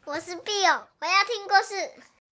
我是 Bill， 我要听故事。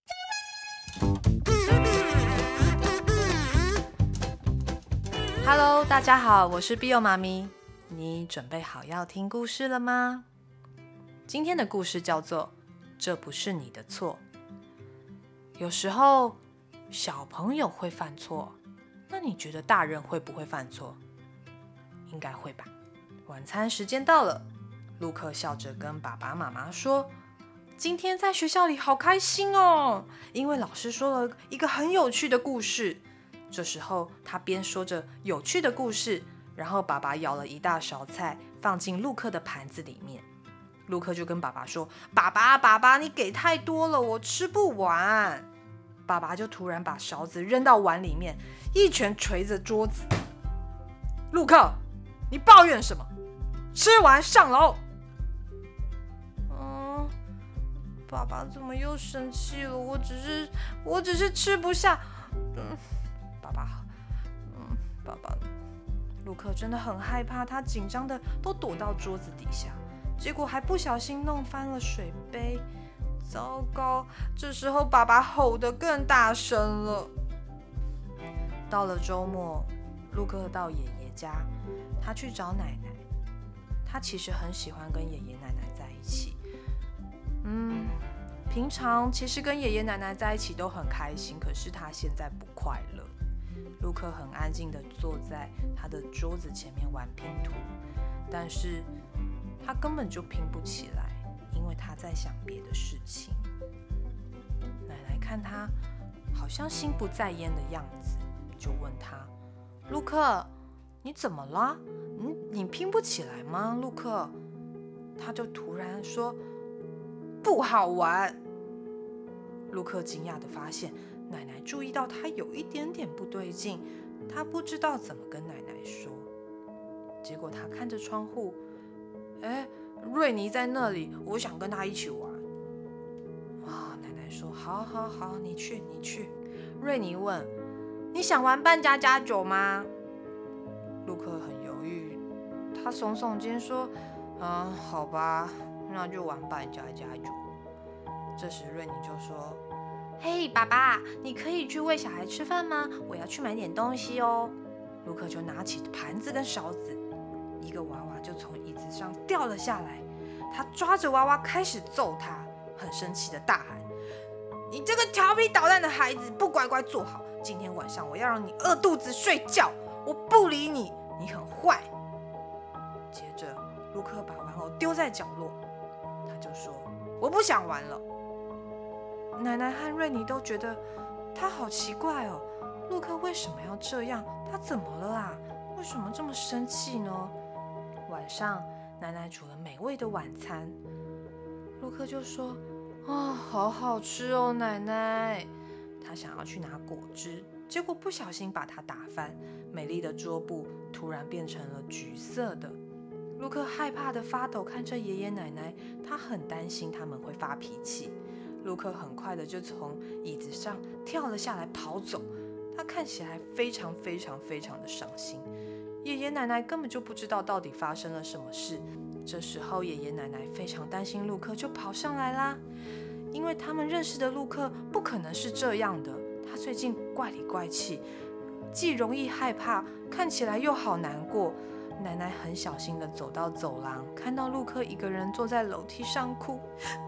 Hello， 大家好，我是 Bill 妈咪。你准备好要听故事了吗？今天的故事叫做《这不是你的错》。有时候小朋友会犯错，那你觉得大人会不会犯错？应该会吧。晚餐时间到了，陆克笑着跟爸爸妈妈说：“今天在学校里好开心哦，因为老师说了一个很有趣的故事。”这时候他边说着有趣的故事，然后爸爸舀了一大勺菜放进陆克的盘子里面。陆克就跟爸爸说：“爸爸，你给太多了，我吃不完。”爸爸就突然把勺子扔到碗里面，一拳捶着桌子。陆克，你抱怨什么？吃完上楼。爸爸怎么又生气了？我只是吃不下。爸爸，陆克真的很害怕，他紧张的都躲到桌子底下，结果还不小心弄翻了水杯。糟糕！这时候爸爸吼得更大声了。到了周末，陆克到爷爷家，他去找奶奶。他其实很喜欢跟爷爷奶奶在一起。平常其实跟爷爷奶奶在一起都很开心，可是他现在不快乐。陆克很安静地坐在他的桌子前面玩拼图，但是他根本就拼不起来，因为他在想别的事情。奶奶看他好像心不在焉的样子，就问他：“陆克，你怎么了？你拼不起来吗？”陆克，他就突然说：“不好玩。”陆克惊讶地发现，奶奶注意到他有一点点不对劲，他不知道怎么跟奶奶说。结果他看着窗户，瑞妮在那里，我想跟她一起玩。奶奶说：“好，你去。”瑞妮问：“你想玩扮家家酒吗？”陆克很犹豫，他耸耸肩说：“好吧，那就玩扮家家酒。”这时瑞妮就说：“嘿，爸爸，你可以去喂小孩吃饭吗？我要去买点东西哦。”陆克就拿起盘子跟勺子，一个娃娃就从椅子上掉了下来。他抓着娃娃开始揍他，很生气的大喊：“你这个调皮捣蛋的孩子，不乖乖坐好，今天晚上我要让你饿肚子睡觉，我不理你，你很坏。”接着陆克把玩偶丢在角落，他就说：“我不想玩了。”奶奶和瑞妮都觉得他好奇怪哦，陆克为什么要这样？他怎么了啊？为什么这么生气呢？晚上奶奶煮了美味的晚餐，陆克就说：“好好吃哦，奶奶。”他想要去拿果汁，结果不小心把它打翻，美丽的桌布突然变成了橘色的。陆克害怕的发抖，看着爷爷奶奶，他很担心他们会发脾气。陆克很快的就从椅子上跳了下来跑走，他看起来非常的伤心。爷爷奶奶根本就不知道到底发生了什么事。这时候爷爷奶奶非常担心陆克，就跑上来啦，因为他们认识的陆克不可能是这样的，他最近怪里怪气，既容易害怕，看起来又好难过。奶奶很小心的走到走廊，看到陆克一个人坐在楼梯上哭。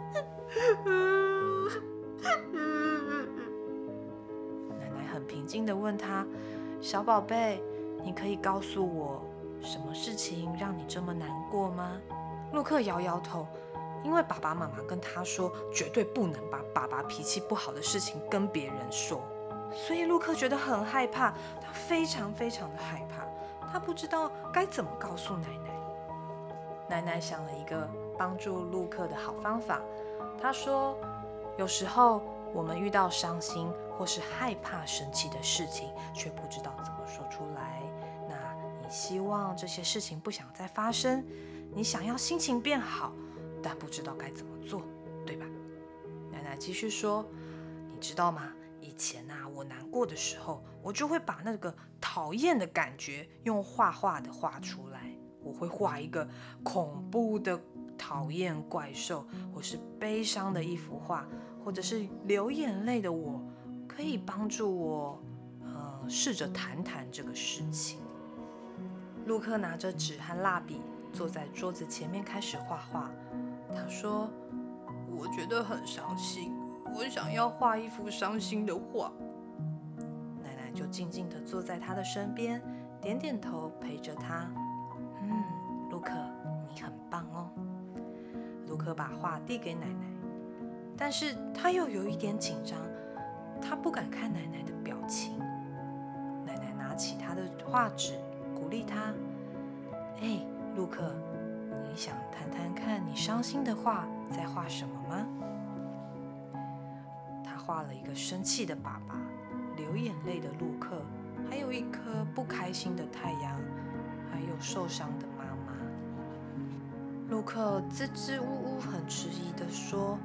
奶奶很平静地问他：“小宝贝，你可以告诉我什么事情让你这么难过吗？”陆克摇摇头，因为爸爸妈妈跟他说绝对不能把爸爸脾气不好的事情跟别人说，所以陆克觉得很害怕，他非常的害怕，他不知道该怎么告诉奶奶。奶奶想了一个帮助陆克的好方法，她说：“有时候我们遇到伤心或是害怕生气的事情，却不知道怎么说出来。那你希望这些事情不想再发生，你想要心情变好，但不知道该怎么做，对吧？”奶奶继续说：“你知道吗？以前我难过的时候，我就会把那个讨厌的感觉用画的画出来。我会画一个恐怖的讨厌怪兽，或是悲伤的一幅画，或者是流眼泪的我，可以帮助我试着谈谈这个事情。陆克拿着纸和蜡笔，坐在桌子前面开始画画。他说：“我觉得很伤心，我想要画一幅伤心的画。”奶奶就静静地坐在他的身边，点点头陪着他。陆克，你很棒哦。陆克把画递给奶奶，但是他又有一点紧张，他不敢看奶奶的表情。奶奶拿起他的画纸，鼓励他：“陆克，你想谈谈看你伤心的画在画什么吗？”他画了一个生气的爸爸，流眼泪的陆克，还有一颗不开心的太阳，还有受伤的妈妈。陆克支支吾吾、很迟疑地说：“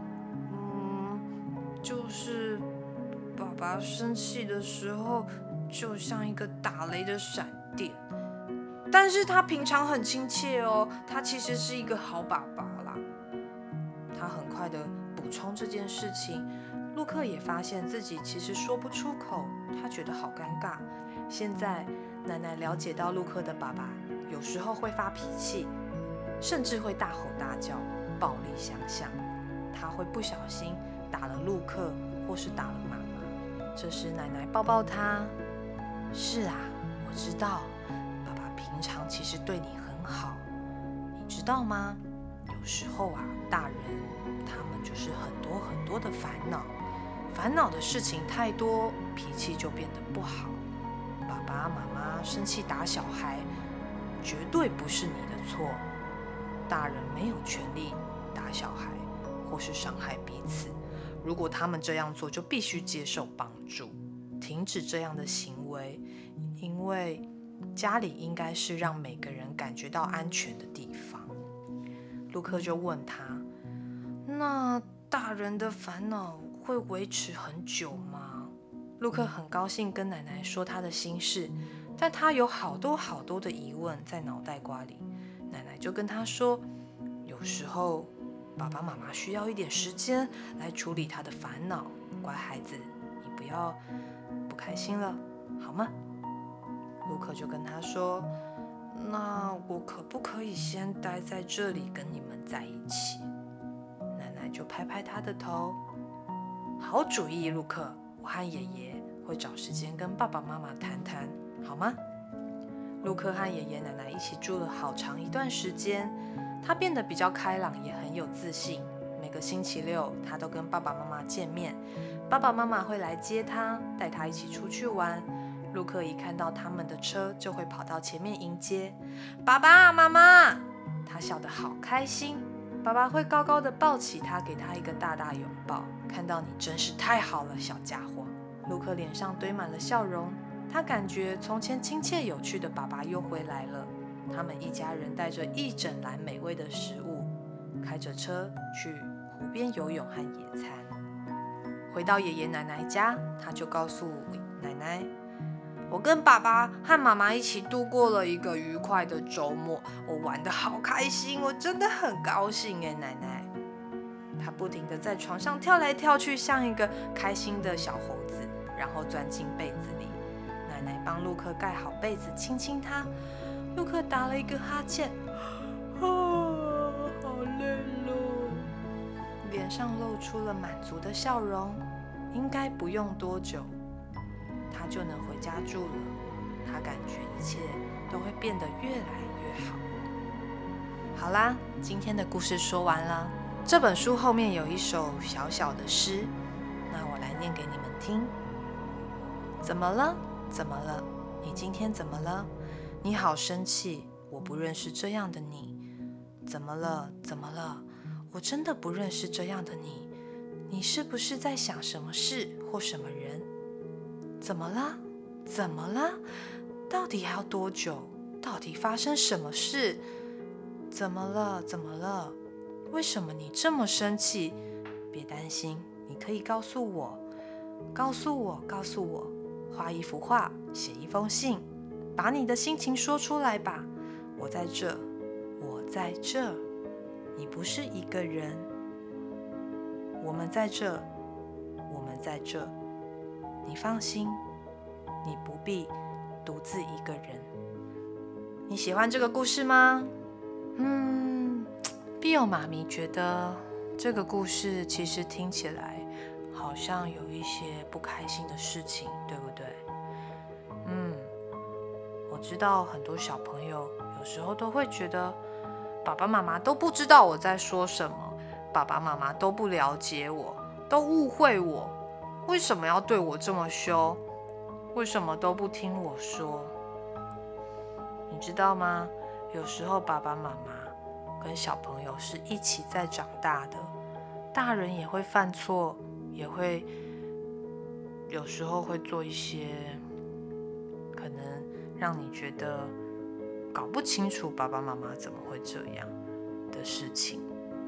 就是爸爸生气的时候，就像一个打雷的闪电。但是他平常很亲切哦，他其实是一个好爸爸啦。”他很快地补充这件事情。陆克也发现自己其实说不出口，他觉得好尴尬。现在奶奶了解到陆克的爸爸有时候会发脾气，甚至会大吼大叫，暴力相向。他会不小心打了陆克，或是打了妈妈。这时奶奶抱抱他：“是啊，我知道，爸爸平常其实对你很好，你知道吗？有时候啊，大人他们就是很多很多的烦恼的事情太多，脾气就变得不好。爸爸妈妈生气打小孩，绝对不是你的错。大人没有权利打小孩或是伤害彼此。如果他们这样做，就必须接受帮助，停止这样的行为，因为家里应该是让每个人感觉到安全的地方。”陆克就问他：“那大人的烦恼会维持很久吗？”陆克很高兴跟奶奶说他的心事，但他有好多好多的疑问在脑袋瓜里。奶奶就跟他说：“有时候爸爸妈妈需要一点时间来处理他的烦恼。乖孩子，你不要不开心了，好吗？”陆克就跟他说：“那我可不可以先待在这里跟你们在一起？”奶奶就拍拍他的头：“好主意，陆克，我和爷爷会找时间跟爸爸妈妈谈谈，好吗？”陆克和爷爷奶奶一起住了好长一段时间，他变得比较开朗，也很有自信。每个星期六，他都跟爸爸妈妈见面，爸爸妈妈会来接他，带他一起出去玩。陆克一看到他们的车，就会跑到前面迎接：“爸爸妈妈！”他笑得好开心。爸爸会高高的抱起他，给他一个大大拥抱。看到你真是太好了，小家伙。陆克脸上堆满了笑容，他感觉从前亲切有趣的爸爸又回来了。他们一家人带着一整篮美味的食物，开着车去湖边游泳和野餐。回到爷爷奶奶家，他就告诉奶奶：“我跟爸爸和妈妈一起度过了一个愉快的周末，我玩得好开心，我真的很高兴耶，奶奶。”他不停地在床上跳来跳去，像一个开心的小猴子，然后钻进被子里。奶奶帮陆克盖好被子，亲亲他。陆克打了一个哈欠，好累咯，脸上露出了满足的笑容。应该不用多久，他就能回家住了。他感觉一切都会变得越来越好。好啦，今天的故事说完了。这本书后面有一首小小的诗，那我来念给你们听。怎么了？怎么了？你今天怎么了？你好生气，我不认识这样的你。怎么了？怎么了？我真的不认识这样的你。你是不是在想什么事或什么人？怎么了？怎么了？到底还要多久？到底发生什么事？怎么了？怎么了？为什么你这么生气？别担心，你可以告诉我，告诉我，告诉我。画一幅画，写一封信，把你的心情说出来吧。我在这，我在这。 你不是一个人，我们在这，我们在这，你放心，你不必独自一个人。你喜欢这个故事吗？碧友妈咪觉得这个故事其实听起来好像有一些不开心的事情，对不对？我知道很多小朋友有时候都会觉得爸爸妈妈都不知道我在说什么，爸爸妈妈都不了解我，都误会我，为什么要对我这么凶？为什么都不听我说？你知道吗？有时候爸爸妈妈跟小朋友是一起在长大的，大人也会犯错，也会有时候会做一些可能让你觉得搞不清楚爸爸妈妈怎么会这样的事情。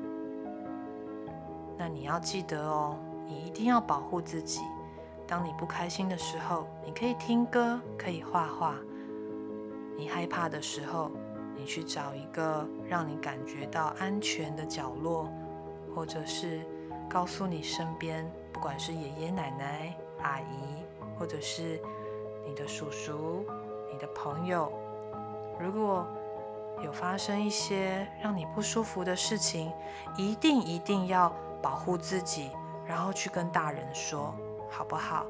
那你要记得哦，你一定要保护自己。当你不开心的时候，你可以听歌，可以画画。你害怕的时候，你去找一个让你感觉到安全的角落，或者是告诉你身边，不管是爷爷奶奶、阿姨，或者是你的叔叔、你的朋友，如果有发生一些让你不舒服的事情，一定要保护自己，然后去跟大人说，好不好？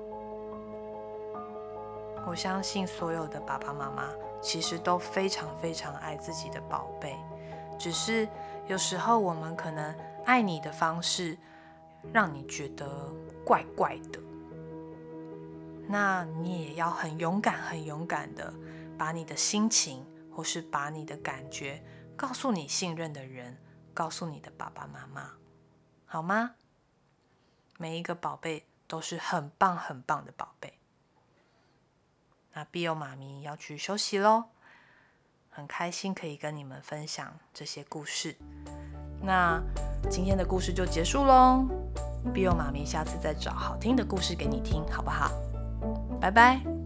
我相信所有的爸爸妈妈其实都非常爱自己的宝贝，只是有时候我们可能爱你的方式让你觉得怪怪的，那你也要很勇敢的把你的心情或是把你的感觉告诉你信任的人，告诉你的爸爸妈妈，好吗？每一个宝贝都是很棒的宝贝。那碧友妈咪要去休息咯，很开心可以跟你们分享这些故事。那今天的故事就结束咯，碧友妈咪下次再找好听的故事给你听，好不好？拜拜。